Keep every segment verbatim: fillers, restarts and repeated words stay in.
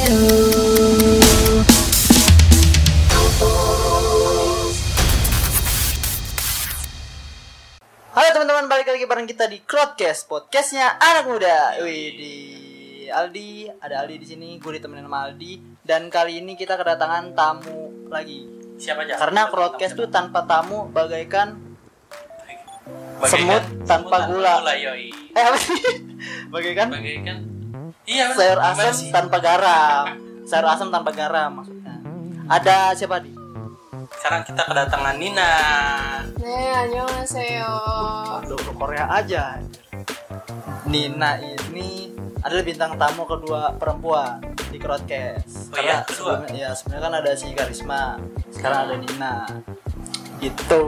Halo teman-teman, balik lagi bareng kita di Crowdcast, podcastnya anak muda. Wih, di Aldi, ada Aldi di sini, gue ditemenin sama Aldi. Dan kali ini kita kedatangan tamu lagi. Siapa aja? Karena Crowdcast tuh tanpa tamu bagaikan, bagaikan semut tanpa gula. gula yoi. Eh apa sih? Bagaikan? Bagaikan. Iya. Sayur asam tanpa garam. Sayur asam tanpa garam maksudnya. Ada siapa di? Sekarang kita kedatangan Nina. 네, 안녕하세요. Aduh, ke Korea aja. Nina ini adalah bintang tamu kedua perempuan di Crowdcast. Oh Karena iya, kedua? sebelumnya, ya sebenarnya kan ada si Karisma, sekarang ada Nina. Gitu.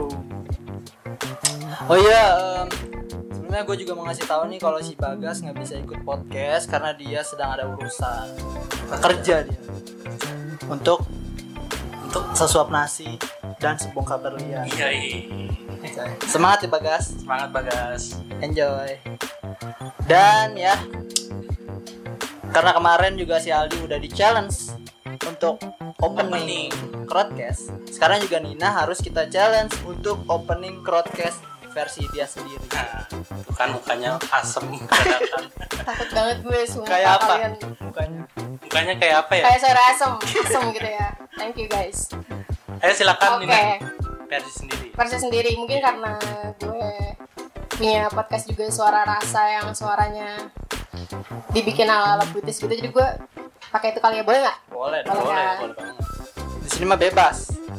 Oh iya, um, sebelumnya gue juga mau ngasih tahu nih kalau si Bagas nggak bisa ikut podcast karena dia sedang ada urusan kerja dia. Untuk untuk sesuap nasi dan sebongkar berlian. Iya, iya. Semangat ya Bagas. Semangat Bagas. Enjoy. Dan ya, karena kemarin juga si Aldi udah di challenge untuk opening, opening. Crowdcast. Sekarang juga Nina harus kita challenge untuk opening Crowdcast versi dia sendiri. Nah, itu kan mukanya asem kedatangan. Takut banget gue sumpah Kayak apa? kalian. Mukanya. Mukanya kayak apa ya? Kayak sayur asem, asem gitu ya. Thank you guys. Ayo silakan Oke. Nina. Versi sendiri. Versi sendiri mungkin karena gue punya podcast juga suara rasa yang suaranya dibikin ala-ala puitis gitu, jadi gue pakai itu kali ya, boleh nggak? Boleh, Boleh, boleh, kan? boleh banget. Di sini mah bebas.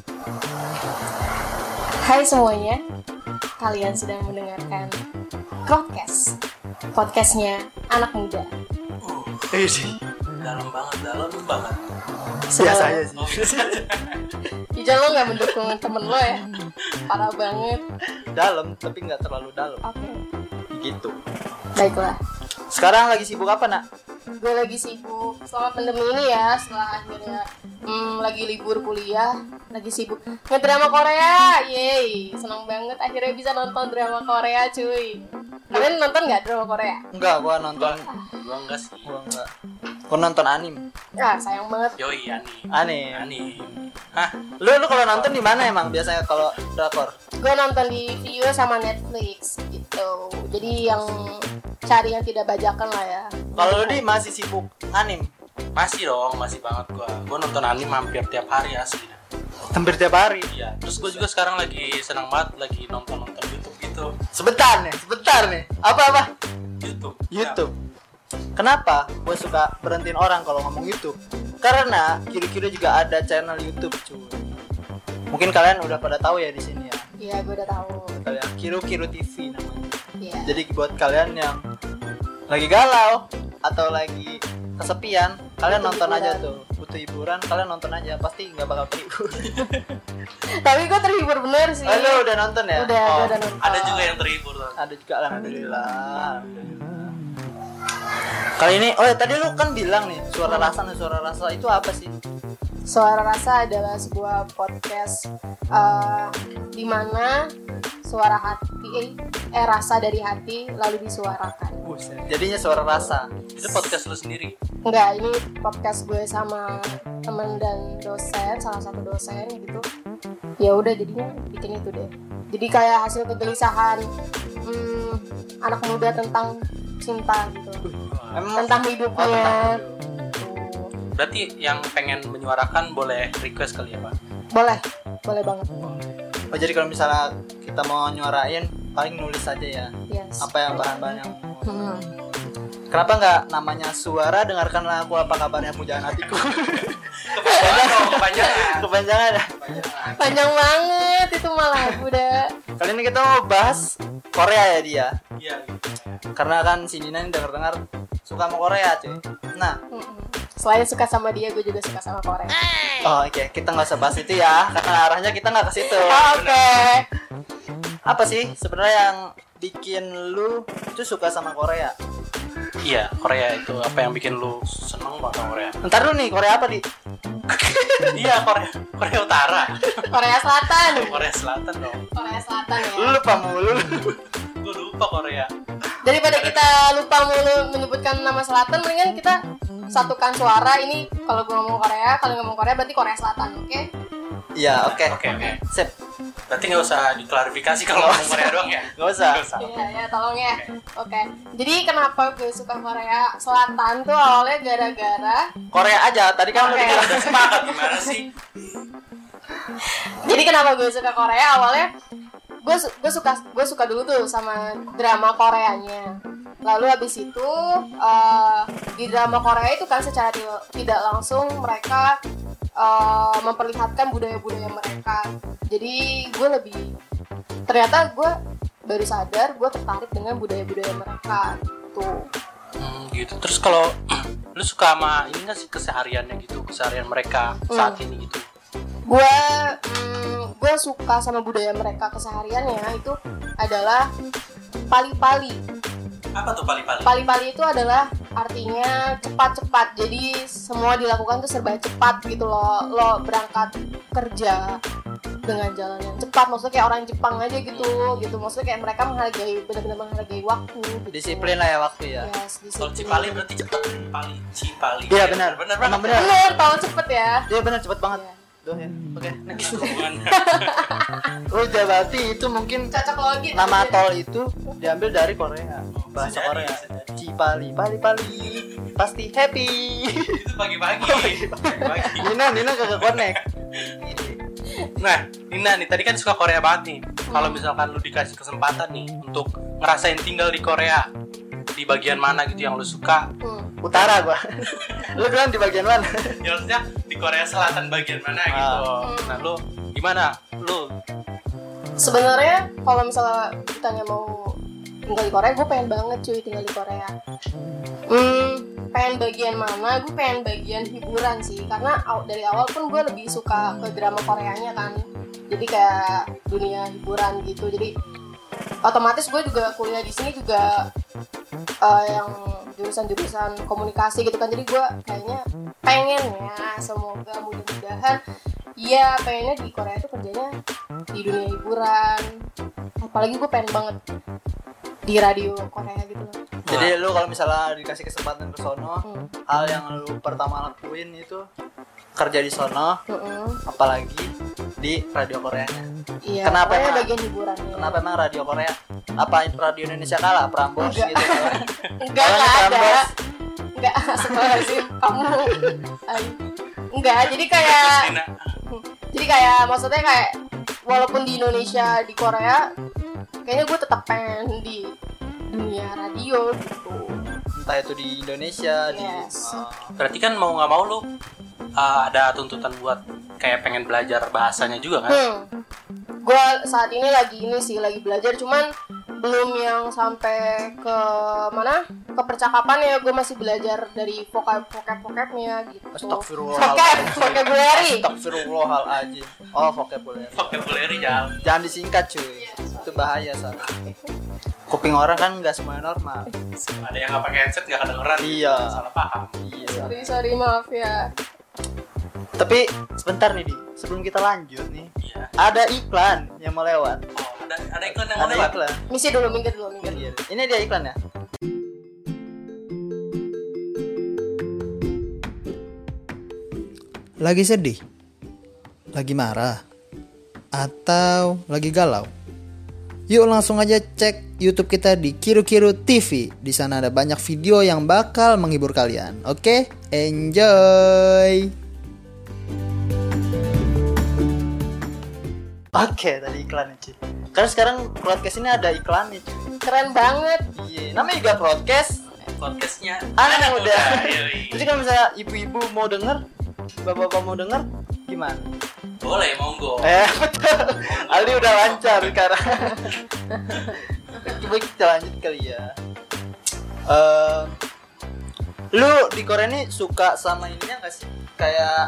Hai semuanya, kalian sedang mendengarkan Crowdcast, podcastnya anak muda. Eh sih. Dalam banget, dalam banget. Biasa aja sih. Oh, biasa aja. Ijal lo nggak mendukung temen lo ya, parah banget. Dalam, tapi nggak terlalu dalam. Oke, Gitu. baiklah. Sekarang lagi sibuk apa nak? Gue lagi sibuk selama pandemi ini ya, setelah akhirnya hmm, lagi libur kuliah, lagi sibuk ngedrama Korea. Yeay, seneng banget akhirnya bisa nonton drama Korea cuy. Kalian nonton nggak drama Korea? Enggak, gua nonton. Gua enggak sih. Gua enggak. Gua nonton anime. Ah, sayang banget. Yoi, anime. Anime. Anime. Hah? Lu lu kalau nonton di mana emang biasanya kalau drakor? Gue nonton di Viu sama Netflix gitu. Jadi yang cari yang tidak bajakan lah ya. Kalau lu di masih sibuk anime? Masih dong, masih banget gua. Gua nonton anime hampir tiap hari asli. Hampir tiap hari. Iya, terus gua juga sekarang lagi senang banget lagi nonton-nonton YouTube gitu. Sebentar nih, sebentar nih. Apa-apa? YouTube. YouTube. Kenapa gue suka berhentiin orang kalau ngomong YouTube? Karena kira-kira juga ada channel YouTube cuy. Mungkin kalian udah pada tahu ya di sini ya. Iya, gue udah tahu. Kalian Kiru-Kiru T V namanya. Iya. Jadi buat kalian yang lagi galau atau lagi kesepian, kalian Butuh nonton hiburan. aja tuh. Butuh hiburan, kalian nonton aja, pasti nggak bakal terhibur. Tapi gue terhibur bener sih. Oh, lu udah nonton ya? Udah, Oh, gue udah nonton. Ada juga yang terhibur tuh. ada juga, alhamdulillah. Alhamdulillah. Kali ini, oh ya tadi lu kan bilang nih suara rasa nih suara rasa itu apa sih? Suara Rasa adalah sebuah podcast uh, di mana suara hati eh rasa dari hati lalu disuarakan. Buset. Jadinya suara rasa. Itu podcast lu sendiri. Enggak, ini podcast gue sama teman dan dosen, salah satu dosen gitu. Ya udah jadinya bikin itu deh. Jadi kayak hasil kegelisahan hmm, anak muda tentang cinta gitu. Emang Tentang oh, hidupnya. tentang hidup. Berarti yang pengen menyuarakan boleh request kali ya, Pak? Boleh, boleh banget. Oh jadi kalau misalnya kita mau nyuarain paling nulis aja ya. Yes. Apa yang bahan-bahan yang Hmm. Kenapa nggak namanya suara dengarkanlah aku apa kabarnya pujaan hatiku? Kepanjangan dong, kepanjangan. Kepanjangan ya. Panjang banget itu malah udah. Kali ini kita mau bahas Korea ya dia. Iya. Karena kan si Nina ini dengar-dengar suka sama Korea cuy. Nah, Mm-mm. Selain suka sama dia, gue juga suka sama Korea. oh oke okay. Kita nggak usah bahas itu ya, karena arahnya kita nggak ke situ. Oh, Oke. Apa sih sebenarnya yang bikin lu itu suka sama Korea? Iya, Korea itu apa yang bikin lu seneng banget sama Korea? Ntar dulu nih, Korea apa di? Iya, Korea, Korea Utara. Korea Selatan. Korea Selatan dong. Korea Selatan ya. Lu lupa mulu. Gue lupa Korea. Daripada kita lupa mulu menyebutkan nama selatan, mendingan kita satukan suara. Ini kalau gue ngomong Korea, kalau ngomong Korea berarti Korea Selatan, oke? Okay? Iya, oke. Oke, oke. Sip. Berarti nggak usah diklarifikasi kalau ngomong Korea doang ya? Nggak usah. Nggak usah. Iya, ya tolong ya. Oke. Okay. Jadi kenapa gue suka Korea Selatan tuh awalnya gara-gara Korea aja. Tadi kan lu Oke. bilang Udah sepakat gimana sih? Jadi kenapa gue suka Korea awalnya? Gue su- gue suka gue suka dulu tuh sama drama Koreanya. Lalu habis itu uh, di drama Korea itu kan secara ti- tidak langsung mereka uh, memperlihatkan budaya-budaya mereka. Jadi gue lebih ternyata gue baru sadar gue tertarik dengan budaya-budaya mereka tuh. Hmm, gitu. Terus kalau lu suka sama ini nggak sih kesehariannya gitu, keseharian mereka saat Hmm. ini gitu? Gue mm, gue suka sama budaya mereka kesehariannya itu adalah pali-pali. Apa tuh pali-pali? Pali-pali itu adalah artinya cepat-cepat. Jadi semua dilakukan tuh serba cepat gitu loh. Lo berangkat kerja dengan jalan yang cepat, maksudnya kayak orang Jepang aja gitu gitu. Maksudnya kayak mereka menghargai, benar-benar menghargai waktu gitu. disiplin lah ya waktu ya. Yes, Kalau disiplin. Cipali berarti cepet. Cipali, Cipali. Iya benar. Benar Emang banget. benar. Bener, tau cepet ya. Iya benar cepet banget. Iya. Duh ya. Oke, next. Hubungan. Udah berarti itu mungkin Cocok logi. nama tol itu diambil dari Korea. Bahasa Bisa jadi, Korea. bisa jadi. Cipali, pali pali. Pasti happy. Itu pagi-pagi. Pagi-pagi. Nina, Nina kagak connect. Nah, Nina nih tadi kan suka Korea banget nih. Kalau misalkan lu dikasih kesempatan nih untuk ngerasain tinggal di Korea, di bagian mana gitu yang lu suka? Hmm. Utara gua. Lu bilang di bagian mana? Ya maksudnya di Korea Selatan bagian mana gitu. Nah, lu gimana? Lu Sebenarnya kalau misalnya ditanya mau tinggal di Korea, gue pengen banget cuy tinggal di Korea. Hmm, pengen bagian mana? Gue pengen bagian hiburan sih, karena aw- dari awal pun gue lebih suka ke drama Koreanya kan. Jadi kayak dunia hiburan gitu. Jadi otomatis gue juga kuliah di sini juga uh, yang jurusan-jurusan komunikasi gitu kan. Jadi gue kayaknya pengen ya, semoga mudah-mudahan ya pengennya di Korea itu kerjanya di dunia hiburan. Apalagi gue pengen banget di radio Korea gitu loh. Jadi lu kalau misalnya dikasih kesempatan ke sono, Hmm. hal yang lu pertama lakuin itu kerja di sono, Mm-mm. apalagi di radio Koreanya. Iya, Kenapa pokoknya emang? bagian hiburannya. Kenapa emang radio Korea? Apa radio Indonesia kalah? Prambors Enggak. gitu? Enggak, Kalau enggak ada. Prambors, Enggak, sekolah sih kamu. Ay. Enggak, jadi kayak terus Nina. jadi kayak maksudnya kayak walaupun di Indonesia, di Korea kayaknya gue tetap pengen di dunia radio gitu. entah itu di Indonesia, di Yes. oh, Berarti kan mau nggak mau lu uh, ada tuntutan buat kayak pengen belajar bahasanya juga kan? Hmm. Gue saat ini lagi ini sih lagi belajar, cuman belum yang sampai ke mana ke percakapan ya. Gue masih belajar dari vocab vocab vocabnya gitu. Astagfirullah. Vocab vocabulary. Astagfirullahaladzim. Oh, vocabulary. Vocabulary jangan. Jangan disingkat cuy. Itu bahaya soalnya. Kuping orang kan nggak semuanya normal. Ada yang nggak pakai headset nggak kedengeran. Iya. Salah paham. Iya. Sorry sorry maaf ya. Tapi sebentar nih Di, sebelum kita lanjut nih, Iya. ada iklan yang mau lewat. Oh, ada ada iklan yang mau Ada lewat. iklan. Misi dulu, minggir dulu, minggir. Iya. Ini dia iklan ya. Lagi sedih, lagi marah, atau lagi galau? Yuk langsung aja cek YouTube kita di Kiru Kiru T V. Di sana ada banyak video yang bakal menghibur kalian. Oke, enjoy. Oke, tadi iklannya cuy. Karena sekarang podcast ini ada iklannya cuy. Keren banget. Iya, namanya juga podcast. Podcastnya Anak muda. Yoi. Jadi kalau misalnya ibu-ibu mau denger, bapak-bapak mau denger, gimana? Boleh, monggo. Eh, betul. Aldi udah lancar sekarang. Coba kita lanjut kali ya. Eh, lu di Korea ini suka sama ininya nggak sih? Kayak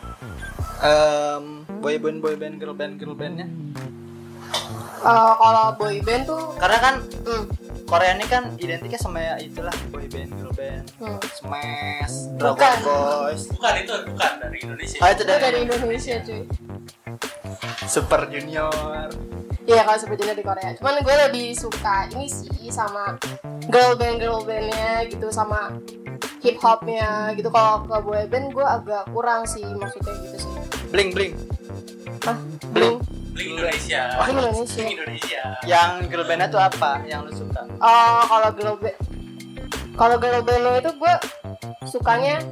um, boy band, boy band, girl band, girl bandnya? Uh, kalau boy band tuh, Karena kan hmm, Korea ini kan identiknya sama ya itulah boy band, girl band, hmm. Smash, Bukan. Dragon Boys, Bukan itu, bukan dari Indonesia. ah itu Itu dari, dari Indonesia cuy. Super Junior. Iya kalau super junior di Korea. Cuman gue lebih suka ini sih sama girl band girl bandnya gitu, sama hip hopnya gitu. Kalau ke boy band gue agak kurang sih, maksudnya gitu sih. Bling bling. Hah? Bling. Bling Indonesia. Bling Indonesia. Bling Indonesia. Yang girl bandnya tuh apa yang lu suka? Oh kalau girl band, kalau girl bandnya itu gue sukanya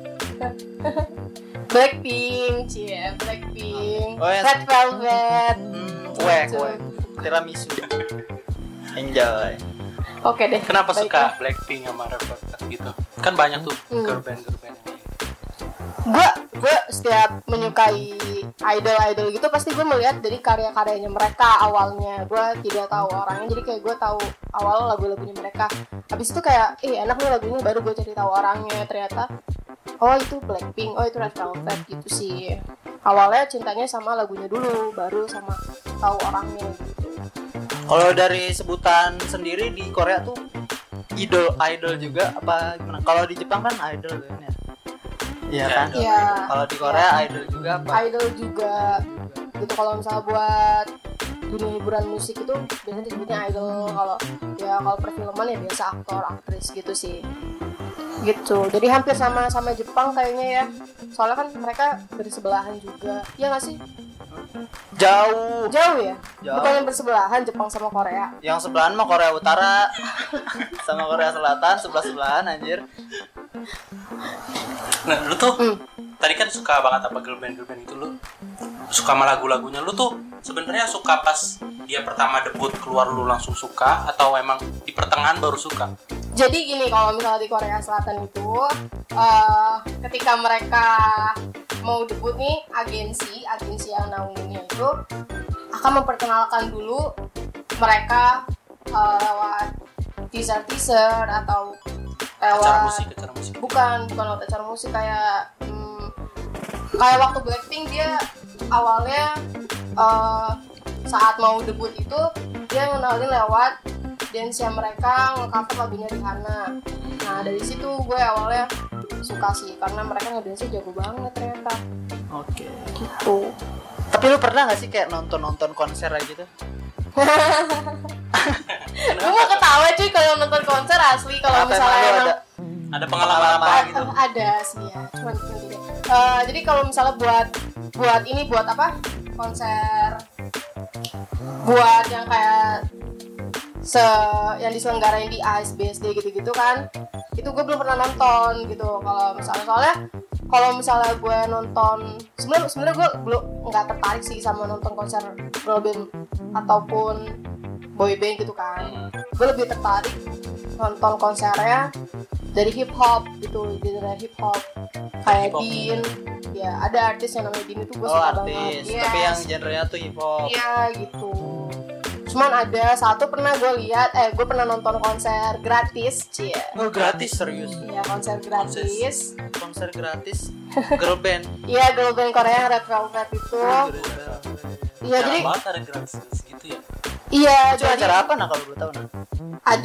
Blackpink, cie, Blackpink, Oh, yang- Red Velvet. Hmm, kue kue. Tiramisu. Enjoy. Oke deh. Kenapa baiklah. suka Blackpink sama Red Velvet gitu? Kan banyak tuh Hmm. girl band girl band. Gue gue setiap menyukai idol-idol gitu pasti gue melihat dari karya-karyanya mereka awalnya. Gue tidak tahu orangnya, jadi kayak gue tahu awal lagu-lagunya mereka. Habis itu kayak, eh enak nih lagunya, baru gue cari tahu orangnya. Ternyata oh itu Blackpink, oh itu Red Velvet gitu sih. Awalnya cintanya sama lagunya dulu, baru sama tahu orangnya gitu. Kalau dari sebutan sendiri di Korea tuh idol idol juga apa gimana? Kalau di Jepang kan idol kan ya. Iya kan? Iya. Kalau di Korea idol juga apa? Idol juga gitu. Kalau misalnya buat dunia hiburan musik itu biasanya disebutnya idol. Kalau ya kalau perfilman ya biasa aktor aktris gitu sih, gitu. Jadi hampir sama sama Jepang kayaknya ya, soalnya kan mereka bersebelahan juga, ya nggak sih? Jauh. Jauh ya, Jauh. bukan yang bersebelahan Jepang sama Korea. Yang sebelahan mah Korea Utara sama Korea Selatan sebelah sebelahan anjir. Nah, lu tuh Hmm. tadi kan suka banget apa girl band girl band itu, lu suka sama lagu-lagunya. Lu tuh sebenarnya suka pas dia pertama debut keluar lu langsung suka, atau emang di pertengahan baru suka? Jadi gini, kalau misalnya di Korea Selatan itu eh, ketika mereka mau debut nih, agensi agensi yang naunginnya itu akan memperkenalkan dulu mereka eh, lewat teaser teaser atau Acara lewat musik, acara musik. bukan bukan lewat acara musik kayak hmm, kayak waktu Blackpink dia awalnya eh, saat mau debut itu dia ngenalin lewat dance yang mereka nge-cover lagunya Rihanna. Nah dari situ gue awalnya suka sih karena mereka ngedance jago banget ternyata Oke. gitu. Tapi lu pernah gak sih kayak nonton-nonton konser aja gitu? Gue mau ketawa cuy kalau nonton konser asli, kalau Apa misalnya emang lu emang ada Ada pengalaman apa Pengalaman gitu? Eh, ada sih ya, cuman gini deh. Eh, jadi kalau misalnya buat buat ini buat apa konser buat yang kayak se yang diselenggarain di A S B S D gitu-gitu kan, itu gue belum pernah nonton gitu. Kalau misalnya soalnya kalau misalnya gue nonton sebenarnya sebenarnya gue belum nggak tertarik sih sama nonton konser girl band ataupun boy band gitu kan. Gue lebih tertarik nonton konsernya dari hip hop gitu, genre hip hop kayak Hip hop. Dean. Ya ada artis yang namanya Dean itu gue Oh suka artis, banget. tapi Yes. yang genrenya tuh hip hop. Iya gitu. Cuman ada satu pernah gue lihat, eh gue pernah nonton konser gratis, cie. Oh gratis serius. Iya konser gratis. Konser gratis girl band. Iya girl band Korea Red Velvet itu. Iya Jarang jadi banget ada gratis gitu ya. iya Itu jadi acara apa nah kalau boleh tahu nah? ada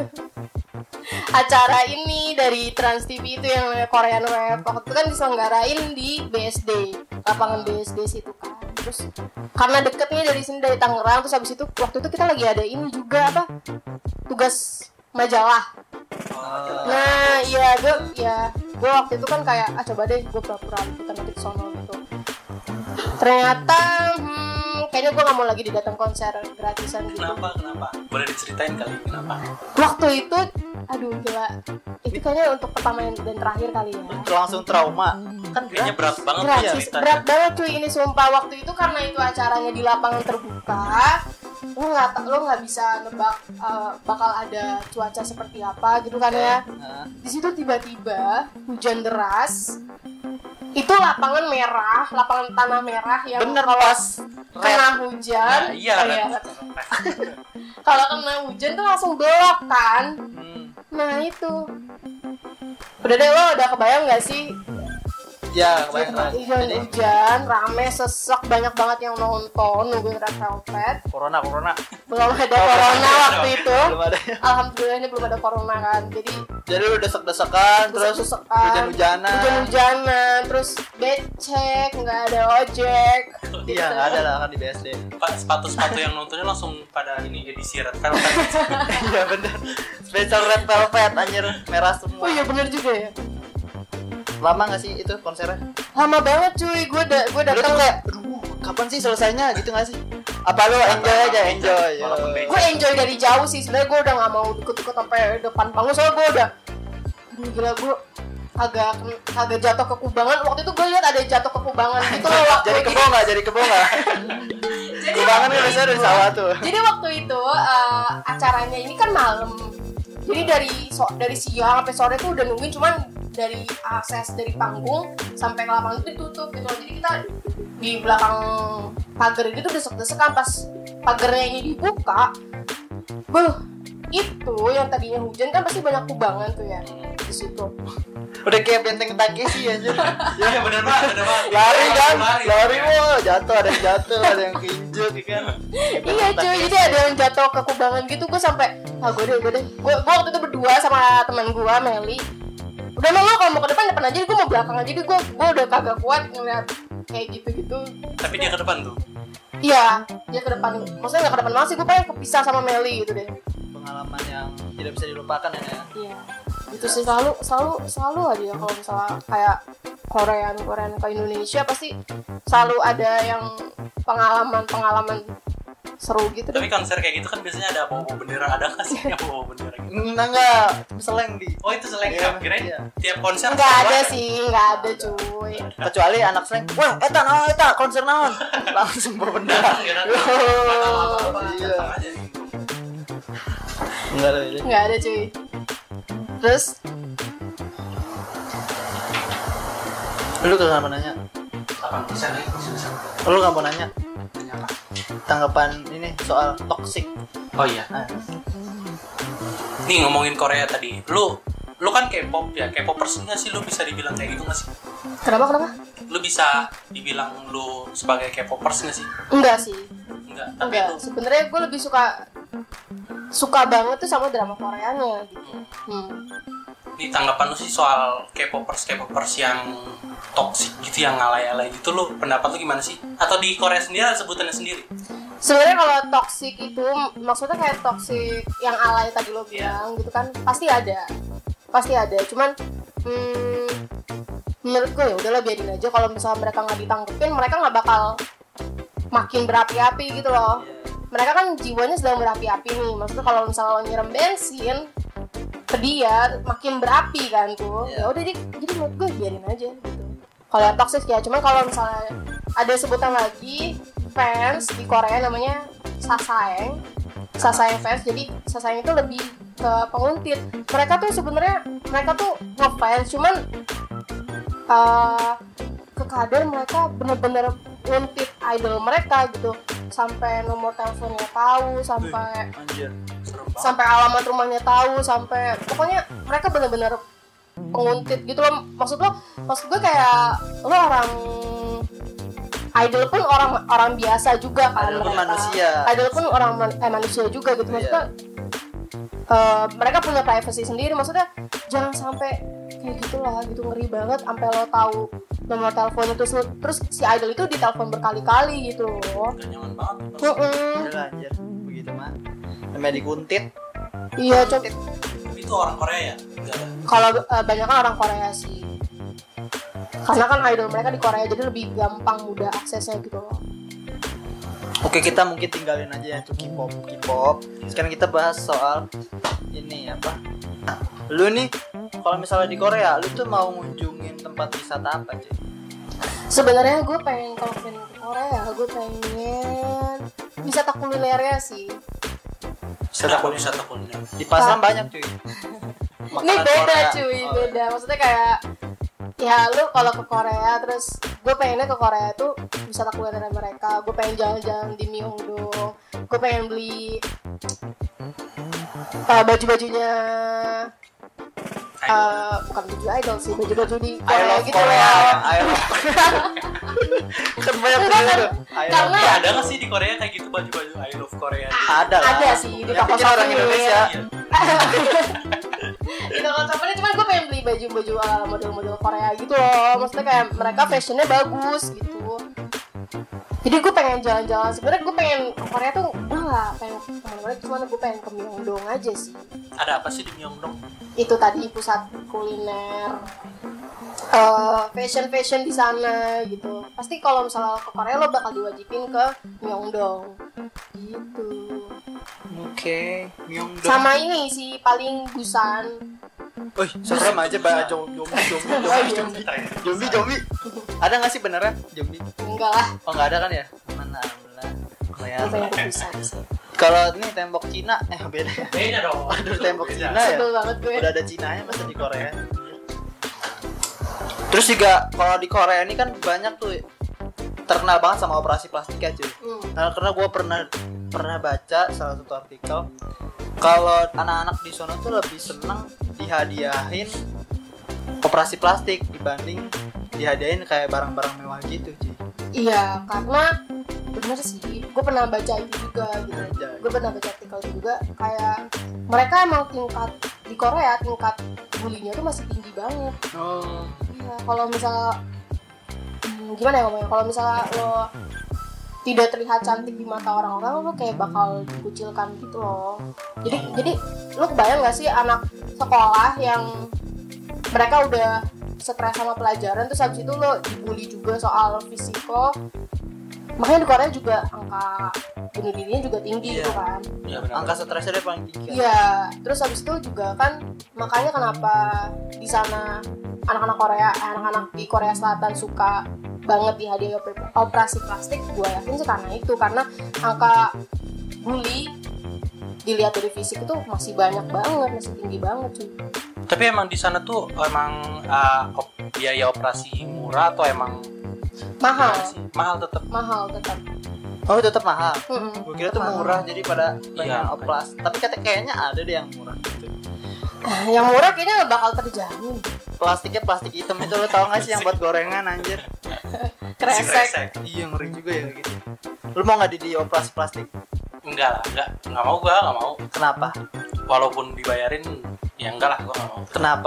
acara ini dari Trans T V itu yang namanya Korean Wave. Waktu itu kan diselenggarain di B S D, lapangan B S D situ kan. Terus karena deketnya dari sini dari Tangerang, terus habis itu waktu itu kita lagi ada ini juga apa tugas majalah. Nah iya gue ya gue waktu itu kan kayak ah coba deh gue pura-pura ikutan nanti ke sono gitu. Ternyata hmm, kayaknya gue nggak mau lagi didatang konser gratisan gitu. Kenapa? Kenapa? Boleh diceritain kali kenapa? Waktu itu aduh gila itu kayaknya untuk pertama dan terakhir kali ya. Langsung trauma. Kan Kayaknya berat banget ya Gratis, ceritanya. berat banget cuy ini sumpah. Waktu itu karena itu acaranya di lapangan terbuka, lo nggak lo nggak bisa nebak eh, bakal ada cuaca seperti apa gitu kan ya. Nah, Di situ tiba-tiba hujan deras, itu lapangan merah, lapangan tanah merah yang bener kalau pas kena red. hujan, Nah, iya, oh, iya, Red. kalau kena hujan tuh langsung belok kan. Hmm. Nah itu udah deh, lo udah kebayang nggak sih Ya, kebayang lah. Hujan-hujan, rame, sesek, banyak banget yang nonton nungguin Red Velvet. Corona, corona. Belum ada corona waktu itu. Belum ada. Alhamdulillah ini belum ada corona kan. Jadi Jadi lu desek-desekan, terus desek-desekan, hujan-hujanan. Hujan-hujanan, terus becek, nggak ada ojek. Iya, nggak ada lah kan di B S D. Pak, sepatu-sepatu yang nontonnya langsung pada ini edisi Red Velvet. Iya bener. Special Red Velvet anjir, merah semua. Oh iya bener juga ya. Lama nggak sih itu konsernya? Lama banget cuy, gue da- gue Lu datang tuh kayak, aduh, kapan sih selesainya gitu nggak sih? Apa lu enjoy aja, enjoy. Walaupun beda. gue enjoy dari jauh sih. Sebenarnya gue udah nggak mau ikut-ikut sampai depan panggung, soalnya gue udah, aduh gila gue agak agak jatuh ke kubangan. Waktu itu gue lihat ada jatuh ke kubangan gitu loh waktu Jadi kebo nggak? Jadi kebo nggak? Jadi Kubangan kan waktu biasanya dari itu- sawah tuh. Jadi waktu itu uh, acaranya ini kan malam. Jadi dari so, dari siang sampai sore tuh udah nungguin, cuman dari akses dari panggung sampai ke lapangan itu ditutup gitu loh. Jadi kita di belakang pagar itu desek-desekan. Pas pagarnya ini dibuka, buh, itu yang tadinya hujan kan pasti banyak kubangan tuh ya di situ. Udah kayak benteng Takeshi aja. Iya benar banget, benar banget. Lari kan, Lari. lari wah, jatuh ada yang jatuh, ada yang keinjek kan. Iya cuy, jadi ada yang jatuh ke kubangan gitu. Gue sampai, ah gue deh, gue deh. Gue waktu itu berdua sama teman gue, Meli. Udah Mel, lo kalau mau ke depan depan aja, gue mau belakang aja. Jadi gue gue udah kagak kuat ngeliat kayak gitu-gitu. Tapi dia ke depan tuh. Iya, dia ke depan. Maksudnya nggak ke depan banget sih, gue pengen kepisah sama Meli gitu deh. Pengalaman yang tidak bisa dilupakan ya. Iya, itu sih selalu selalu selalu aja kalau misalnya kayak Korean Korean ke Indonesia pasti selalu ada yang pengalaman-pengalaman seru gitu Tapi deh. konser kayak gitu kan biasanya ada bawa bendera, ada nggak sih yang bawa bendera gitu? Enggak enggak, seleng di. Oh itu seleng Iya, ya, kirain iya. tiap konser Nggak ada ada. sih, nggak ada cuy. Kecuali anak seleng, wah eta naon eta konser naon. Langsung bawa bendera. Nggak datang, nggak tahu apa-apa, Iya. datang aja. Enggak ada ini. Nggak ada cuy. Terus Lu kagak mau nanya? Apa bisa nih? Bisa. Lu nggak mau nanya Nanya apa? tanggapan ini soal toxic? Oh iya. Nah, Nih ngomongin Korea tadi, lu lu kan K-pop ya, K-popers nggak sih, lu bisa dibilang kayak gitu nggak sih? kenapa kenapa? Lu bisa dibilang lu sebagai K-popers nggak sih? Enggak sih. Enggak, tapi Enggak. lu Sebenarnya gue lebih suka suka banget tuh sama drama Koreanya gitu. Hmm. Nih tanggapan lu sih soal K-popers K-popers yang toxic gitu, yang alay-alay gitu, lu pendapat lu gimana sih? Atau di Korea sendiri ada sebutannya sendiri? Sebenarnya kalau toxic itu maksudnya kayak toxic yang alay tadi lo bilang gitu kan pasti ada, pasti ada. Cuman hmm, menurut gue ya udahlah biarin aja. Kalau misalnya mereka nggak ditangkepin, mereka nggak bakal makin berapi-api gitu loh. Mereka kan jiwanya sedang berapi-api nih. Maksudnya kalau misalnya lo nyiram bensin ke dia makin berapi kan tuh. Yeah. Ya udah jadi, jadi menurut gue biarin aja gitu. Kalau yang toxic ya, cuman kalau misalnya ada sebutan lagi fans di Korea namanya sasaeng. Sasaeng fans. Jadi sasaeng itu lebih ke penguntit. Mereka tuh sebenarnya mereka tuh ngefans, cuman uh, kekadar mereka bener-bener nguntit idol mereka gitu, sampai nomor teleponnya tahu, sampai anjir. Serem banget. sampai alamat rumahnya tahu, sampai pokoknya mereka bener-bener penguntit gitu loh. Maksud lo, maksud gue kayak lo orang idol pun orang orang biasa juga kan, Idol pun mereka. manusia. Idol pun orang man- eh, manusia juga gitu. Maksudnya eh, mereka punya privacy sendiri. Maksudnya jangan sampai kayak gitulah gitu, ngeri banget sampai lo tahu nomor teleponnya terus terus si idol itu ditelepon berkali-kali gitu loh. Gak nyaman banget. Mm-mm. Udah anjir, begitu mah. Namanya dikuntit. Iya coba. Tapi itu orang Korea ya? Enggak ada. Kalau uh, banyak kan orang Korea sih. Karena kan idol mereka di Korea jadi lebih gampang mudah aksesnya gitu loh. Oke, kita mungkin tinggalin aja yang tuh K-pop, K-pop. Sekarang kita bahas soal ini apa? Lu nih, kalau misalnya di Korea, lu tuh mau ngunjungin tempat wisata apa, cuy? Sebenarnya gue pengen kalau pengen ke Korea, gue pengen wisata kulinernya sih. Wisata kuliner, wisata kuliner. Di pasar banyak, cuy. Ini Makanan beda Korea. cuy, Oh, beda. Maksudnya kayak ya lu kalau ke Korea terus gue pengennya ke Korea tuh wisata kuliner mereka. Gue pengen jalan-jalan di Myeongdong. Gue pengen beli uh, baju-bajunya uh, bukan baju idol sih, baju-baju di I Korea love gitu Korea loh. yang I love kan banyak Enggak, bener kan? tuh I love Karena- Ya, ada nggak sih di Korea kayak gitu baju-baju I love Korea? ada lah Ada sih, di yang toko bikin orang souvenir. Indonesia Iya. Gitu kan sampai cuman gue pengen beli baju-baju ala model-model Korea gitu loh. Maksudnya kayak mereka fashionnya bagus gitu. Jadi gue pengen jalan-jalan. Sebenarnya gue pengen ke Korea tuh gue nggak pengen kemana-mana, cuman gue pengen ke Myeongdong aja sih. Ada apa sih di Myeongdong? Itu tadi pusat kuliner, eh, fashion fashion di sana gitu. Pasti kalau misalnya ke Korea lo bakal diwajibin ke Myeongdong gitu. oke Myeongdong Sama ini sih paling Busan. Wih, serem aja bah zombie zombie zombie zombie zombie zombie. Ada nggak sih beneran zombie? Enggak lah, Oh nggak ada kan ya? Mana alhamdulillah. gue Kelihatan. pengen ke Busan sih. Kalau ini tembok Cina, eh beda ya. Beda dong. Aduh tembok Beda. Cina ya. Sebel banget gue. Udah ada Cinanya masa di Korea. Terus juga kalau di Korea ini kan banyak tuh terkenal banget sama operasi plastiknya cuy. Hmm. Nah, karena gue pernah pernah baca salah satu artikel kalau anak-anak di sana tuh lebih seneng dihadiahin operasi plastik dibanding dihadiahin kayak barang-barang mewah gitu cuy. Iya, karena bener sih, gue pernah baca itu juga gitu. Anjay. Gue pernah baca artikel itu juga kayak mereka emang tingkat di Korea tingkat bulinya tuh masih tinggi banget. Oh. Iya, kalau misal hmm, gimana ya ngomongnya? Kalau misalnya lo tidak terlihat cantik di mata orang-orang, lo kayak bakal dikucilkan gitu loh. Jadi jadi lo kebayang gak sih anak sekolah yang mereka udah stres sama pelajaran terus habis itu lo dibully juga soal fisiko. Makanya di Korea juga angka bunuh dirinya juga tinggi Iya. gitu kan. Iya benar. Angka stresnya dia paling tinggi kan? Iya, terus habis itu juga kan makanya kenapa di sana anak-anak Korea, anak-anak di Korea Selatan suka banget dihadiahi op- operasi plastik. Gue yakin sih karena itu, karena angka bully dilihat dari fisik itu masih banyak banget, masih tinggi banget cuy. Tapi emang di sana tuh emang uh, op- biaya operasi murah atau emang Mahal, gimana sih? Mahal tetap. mahal tetap. Oh tetap mahal. Mm-mm, Gue kira tetap tuh mahal. murah jadi pada pengen Iya, oplas. Tapi kata kayaknya ada deh yang murah gitu. Nah, yang murah kayaknya gak bakal terjamin. Plastiknya plastik hitam itu lo tau gak sih yang buat gorengan anjir? Kresek. Iya ngeri juga ya kayak gitu. Lu mau nggak di, di operasi plastik? Enggak lah, enggak. Enggak mau gua, enggak mau. Kenapa? Walaupun dibayarin ya enggak lah, gua enggak mau. Kenapa?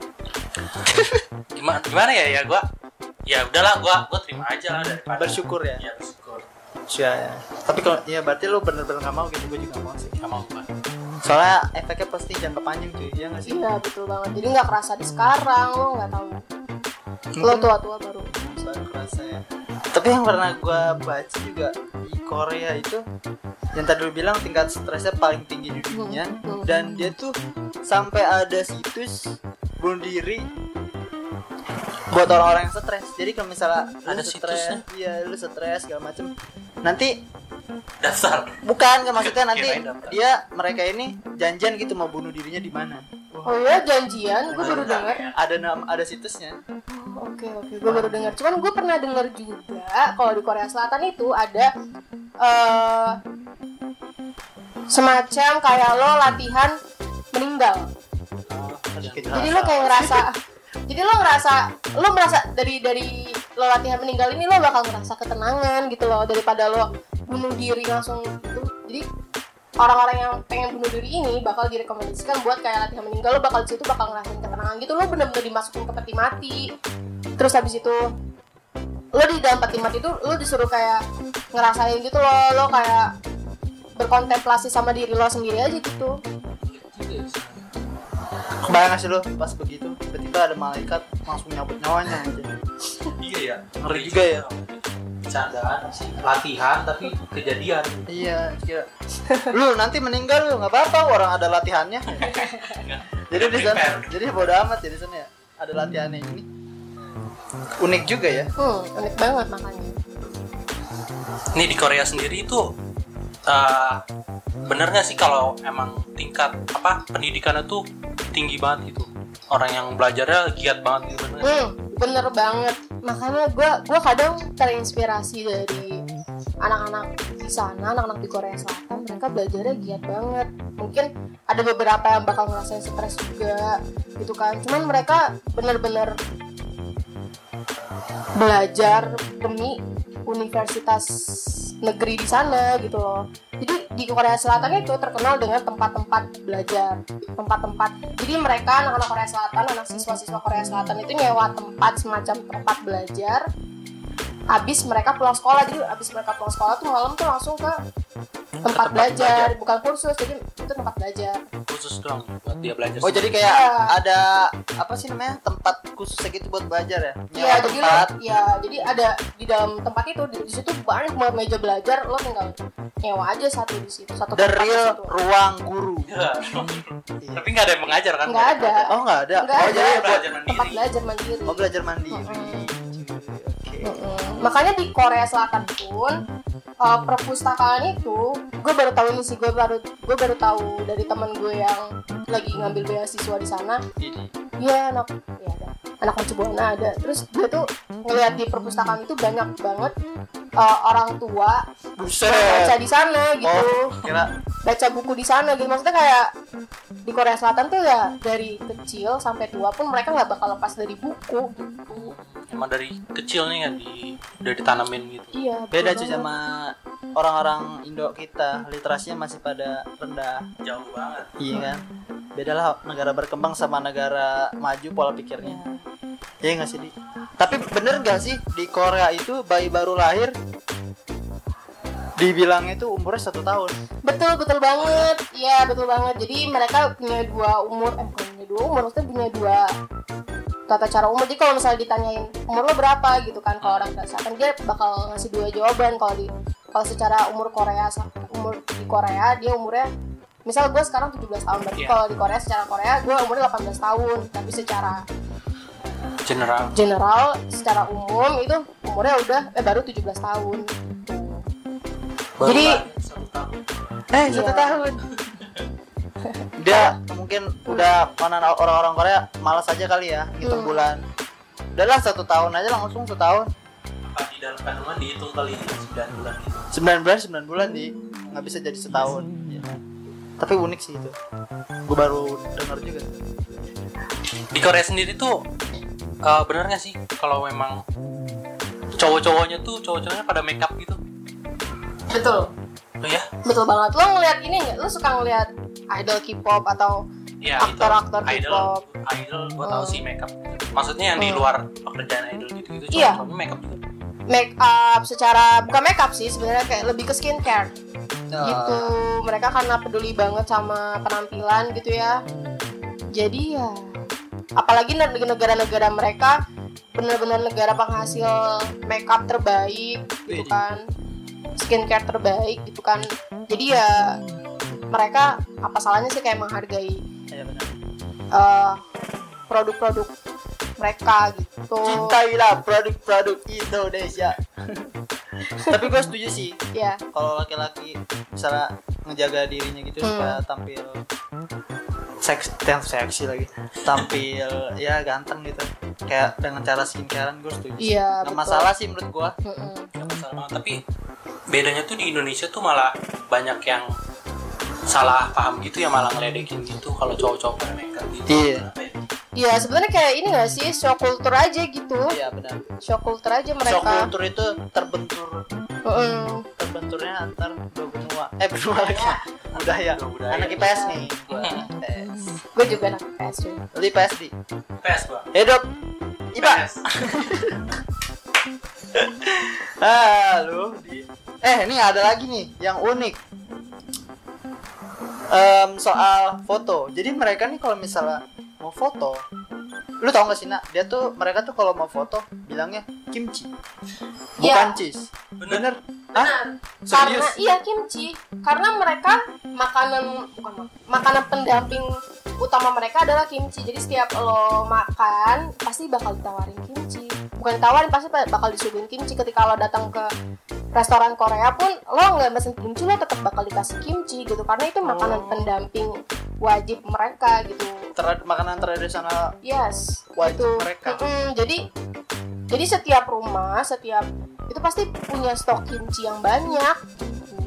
Gimana gimana ya ya gua? Ya udahlah, gua gua terima aja lah daripada Bersyukur ya. Iya, bersyukur. Iya ya. Tapi kalau ya berarti lu bener-bener nggak mau gitu, gue juga nggak mau sih. Enggak mau gua. Soalnya efeknya pasti jangka panjang cuy, ya nggak sih? Iya betul banget. Jadi nggak kerasa di sekarang, lo nggak tahu. Lo tua-tua baru. Baru kerasa ya. Tapi yang pernah gue baca juga di Korea itu, yang tadi lu bilang tingkat stresnya paling tinggi di dunia, Hmm. dan dia tuh sampai ada situs bunuh diri buat orang-orang yang stres. Jadi kalau misalnya Ada lu stres, situsnya? iya lu stres segala macem, nanti Daftar. bukan kan maksudnya nanti Kirain daftar. dia mereka ini janjian gitu mau bunuh dirinya di mana. Oh iya janjian, gue baru dengar. Ada nama, ada situsnya. Oke oke, gue baru dengar. Cuman gue pernah dengar juga kalau di Korea Selatan itu ada eh semacam kayak lo latihan meninggal. Jadi lo kayak ngerasa, jadi lo ngerasa, lo merasa dari dari lo latihan meninggal ini lo bakal ngerasa ketenangan gitu loh daripada lo bunuh diri langsung gitu. Jadi orang-orang yang pengen bunuh diri ini bakal direkomendasikan buat kayak latihan meninggal, lo bakal di situ bakal ngerasain ketenangan gitu. Lo bener-bener dimasukin ke peti mati. Terus habis itu lo di dalam peti mati itu lo disuruh kayak ngerasain gitu loh, lo kayak berkontemplasi sama diri lo sendiri aja gitu. Kebayang gak sih lo pas begitu tiba-tiba ada malaikat langsung nyabut nyawanya aja. Iya ya. Ngeri juga ya. Candaan sih, latihan tapi kejadian. Iya, kira lu nanti meninggal lu nggak apa-apa, orang ada latihannya. Jadi di sana, Prepare. jadi bodo amat ya di sana ya. Ada latihannya ini. Unik juga ya. Hmm, unik banget makanya. Nih di Korea sendiri itu uh, bener nggak sih kalau emang tingkat apa pendidikannya tuh tinggi banget gitu, orang yang belajarnya giat banget gitu, bener nggak sih? Hmm, bener banget. Makanya gue gue kadang terinspirasi dari anak-anak di sana anak-anak di Korea Selatan mereka belajarnya giat banget. Mungkin ada beberapa yang bakal ngerasain stres juga gitu kan, cuman mereka bener-bener belajar demi universitas negeri di sana gitu loh. Jadi di Korea Selatan itu terkenal dengan tempat-tempat belajar, tempat-tempat. Jadi mereka anak-anak Korea Selatan, anak siswa-siswa Korea Selatan itu nyewa tempat semacam tempat belajar. Habis mereka pulang sekolah, jadi habis mereka pulang sekolah tuh malam tuh langsung ke tempat, tempat belajar. belajar, bukan kursus, jadi itu tempat belajar. Khusus doang buat dia belajar. Oh, jadi kayak ya. ada apa sih namanya? Tempat khusus gitu buat belajar ya? Iya, jadi lo, ya, jadi ada di dalam tempat itu di, di situ banyak banget meja belajar, lo tinggal nyewa aja satu di situ, satu The tempat di real situ. ruang guru. Ya. Tapi nggak ada yang mengajar kan? Nggak ada. Oh, nggak ada. Nggak oh, ada. jadi buat belajar mandiri. Tempat belajar mandiri. Oh, belajar mandiri. Mm-hmm. Oke. Mm-hmm. Makanya di Korea Selatan pun uh, perpustakaan itu, gue baru tahu ini sih, gue baru gue baru tahu dari teman gue yang lagi ngambil beasiswa di sana. Iya, anak ya ada anak Mercu Buana ada. Terus gue tuh ngeliat di perpustakaan itu banyak banget uh, orang tua Buset. baca di sana gitu. Oh, kira Baca buku di sana gitu. Maksudnya kayak di Korea Selatan tuh ya dari kecil sampai tua pun mereka nggak bakal lepas dari buku gitu. Emang dari kecil nih kan di udah ditanamin gitu. Iya. beda betul cuy banget. sama orang-orang Indo kita, literasinya masih pada rendah. Jauh banget. Iya kan? Beda lah negara berkembang sama negara maju pola pikirnya. Iya nggak sih, Di? Tapi bener nggak sih di Korea itu bayi baru lahir dibilangnya itu umurnya satu tahun? Betul betul banget, iya betul banget. Jadi mereka punya dua umur, eh bukan punya dua umur, maksudnya punya dua tata cara umur. Jadi kalau misalnya ditanyain umur lo berapa gitu kan, kalau orang berdasarkan dia bakal ngasih dua jawaban. Kalau di kalau secara umur Korea, umur di Korea dia umurnya, misal gue sekarang tujuh belas tahun, berarti yeah. kalau di Korea secara Korea gue umurnya delapan belas tahun. Tapi secara General. general, secara umum itu umurnya udah eh baru tujuh belas tahun. Baru Jadi lahir satu tahun. Eh satu Iya. tahun. Dia mungkin udah mana orang-orang Korea malas aja kali ya hitung Hmm. bulan. Udahlah satu tahun aja langsung setahun. Apa di dalam kandungan dihitung kali sembilan bulan gitu. Sembilan bulan sembilan bulan di nggak bisa jadi setahun. Ya. Tapi unik sih itu. Gue baru dengar juga. Di Korea sendiri tuh uh, bener nggak sih kalau memang cowok-cowoknya tuh cowok-cowoknya pada make up gitu? betul. Oh ya? Betul banget. Lo ngeliat ini nggak? Lo suka ngeliat idol K-pop atau Ya, aktor-aktor itu idol, K-pop? idol gua tahu Hmm. sih make up. Maksudnya yang di Hmm. luar pekerjaan idol gitu-gitu Iya. cowok-cowoknya make up juga. Make up secara bukan make up sih sebenarnya, kayak lebih ke skincare gitu. Mereka karena peduli banget sama penampilan gitu ya. Jadi ya, apalagi di negara-negara mereka benar-benar negara penghasil make up terbaik gitu kan, skincare terbaik gitu kan. Jadi ya mereka apa salahnya sih kayak menghargai Iya benar. uh, produk-produk mereka gitu. Cintailah produk-produk Indonesia. Tapi gue setuju sih Ya, kalau laki-laki misalnya ngejaga dirinya gitu Hmm. supaya tampil seks, yang seksi lagi, tampil ya ganteng gitu. Kayak dengan cara skincarean gue setuju. sih. Iya, Nggak betul. masalah sih menurut gue. mm-mm. Nggak masalah banget. Tapi bedanya tuh di Indonesia tuh malah banyak yang salah paham gitu ya, malah ngeledekin gitu kalau cowok-cowok pada make up gitu. Iya. Ya sebenarnya kayak ini nggak sih, show kultur aja gitu. Iya benar. Show kultur aja Shock mereka. kultur itu terbentur, Mm-mm. terbenturnya antar dua benua. Eh benua lagi. Budaya. Dua budaya. Anak I P S nih. Gua Hmm. I P S. Gue juga anak P S juga. Lu I P S di. P S gua. Hidup. I P P S. S. Halo. Eh ini ada lagi nih yang unik. Em, soal foto. Jadi mereka nih kalau misalnya mau foto, lu tau gak sih nak? Dia tuh mereka tuh kalau mau foto bilangnya kimchi, bukan Iya. cheese. Bener. Bener? Hah? Karena Serius? iya kimchi, karena mereka makanan bukan mak- makanan pendamping utama mereka adalah kimchi. Jadi setiap lo makan pasti bakal ditawarin kimchi. Bukan ditawarin, pasti bakal disuguhin kimchi. Ketika lo datang ke restoran Korea pun lo nggak mesen kimchi, lo tetap bakal dikasih kimchi gitu, karena itu makanan Oh. pendamping wajib mereka gitu. Ter- makanan tradisional Yes, wajib itu. mereka. Mm-mm, jadi jadi setiap rumah, setiap itu pasti punya stok kimchi yang banyak. Gitu.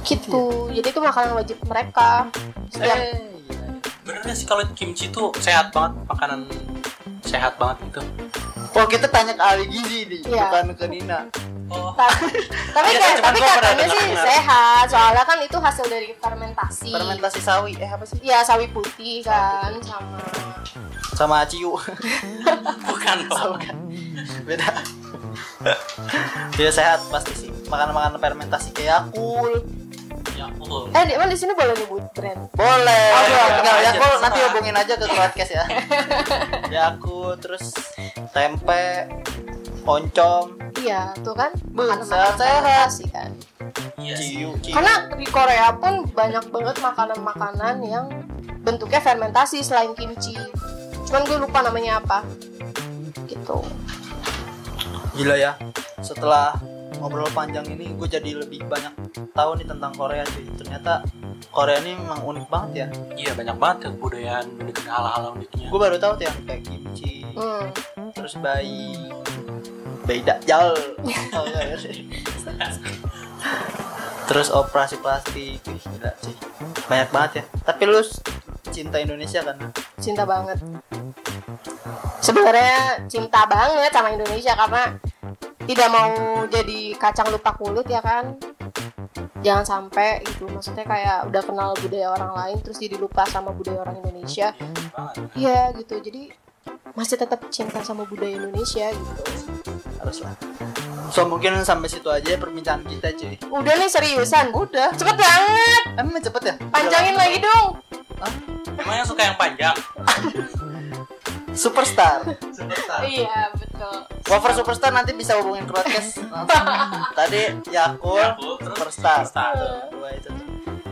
gitu. Jadi itu makanan wajib mereka setiap Eh, iya. Bener gak sih kalau kimchi tuh sehat banget, makanan sehat banget gitu? Oh, kita tanya ke ahli gizi nih, Iya. bukan ke Nina. Oh, tapi tapi, Iya, kayak, cuman tapi gua pernah katanya sih dengar. sehat soalnya kan itu hasil dari fermentasi. Fermentasi sawi, eh apa sih? Iya, sawi putih kan sama Sama ciu. bukan dong. Beda. Dia sehat pasti sih. Makanan-makanan fermentasi kayak Yakult. Ya ampun. eh di mana di sini boleh nyebut brand. Boleh. Oh, boleh. Tinggal Aja, Yakult terserah. nanti hubungin aja ke podcast ya. Yakult terus tempe, oncom, Iya, tuh kan Beuh, makanan sehat-sehat. fermentasi kan. Iya sih. ciu, ciu. Karena di Korea pun banyak banget makanan-makanan yang bentuknya fermentasi selain kimchi. Cuman gue lupa namanya apa. Gitu. Gila ya. Setelah ngobrol panjang ini gue jadi lebih banyak tahu nih tentang Korea cuy. Ternyata Korea ini memang unik banget ya. Iya banyak banget kebudayaan unik, hal-hal uniknya. Gue baru tahu tuh yang kayak kimchi, Hmm. terus bayi bayi dajjal. Oh, iya, iya. Terus operasi plastik. Wih, gila sih. Banyak banget ya. Tapi lu cinta Indonesia kan? Cinta banget. Sebenarnya cinta banget sama Indonesia karena tidak mau jadi kacang lupa kulit ya kan. Jangan sampai gitu, maksudnya kayak udah kenal budaya orang lain terus jadi lupa sama budaya orang Indonesia. Iya gitu, jadi masih tetap cinta sama budaya Indonesia gitu. Haruslah. So mungkin sampai situ aja perbincangan kita cuy. Udah nih seriusan. Udah. Cepet banget. Emang cepet ya? Panjangin lagi dong. Hah? Emang yang suka yang panjang? Superstar. Iya betul. Wafer Superstar nanti bisa hubungin ke podcast langsung. Tadi Yakult, Yakult, terus Superstar. Superstar. Tuh, dua itu tuh.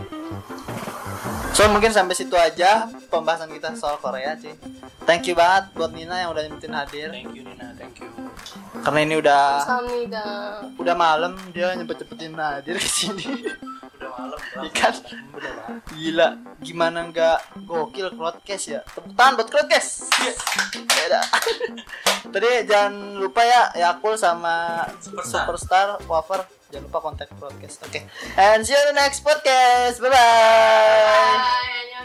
So mungkin sampai situ aja pembahasan kita soal Korea cuy. Thank you banget buat Nina yang udah nyempetin hadir. Thank you Nina, thank you. Karena ini udah Samida. udah malam dia nyempet-nyempetin hadir ke sini. Udah malam. Ikan. Udah malam. Gila, gimana nggak gokil Cloudcast ya? Tepuk tangan buat Cloudcast. Beda. Tadi jangan lupa ya Yakult sama Superstar. Superstar Wafer. Jangan lupa kontak Cloudcast. Oke. And see you in the next podcast. Bye bye. Bye.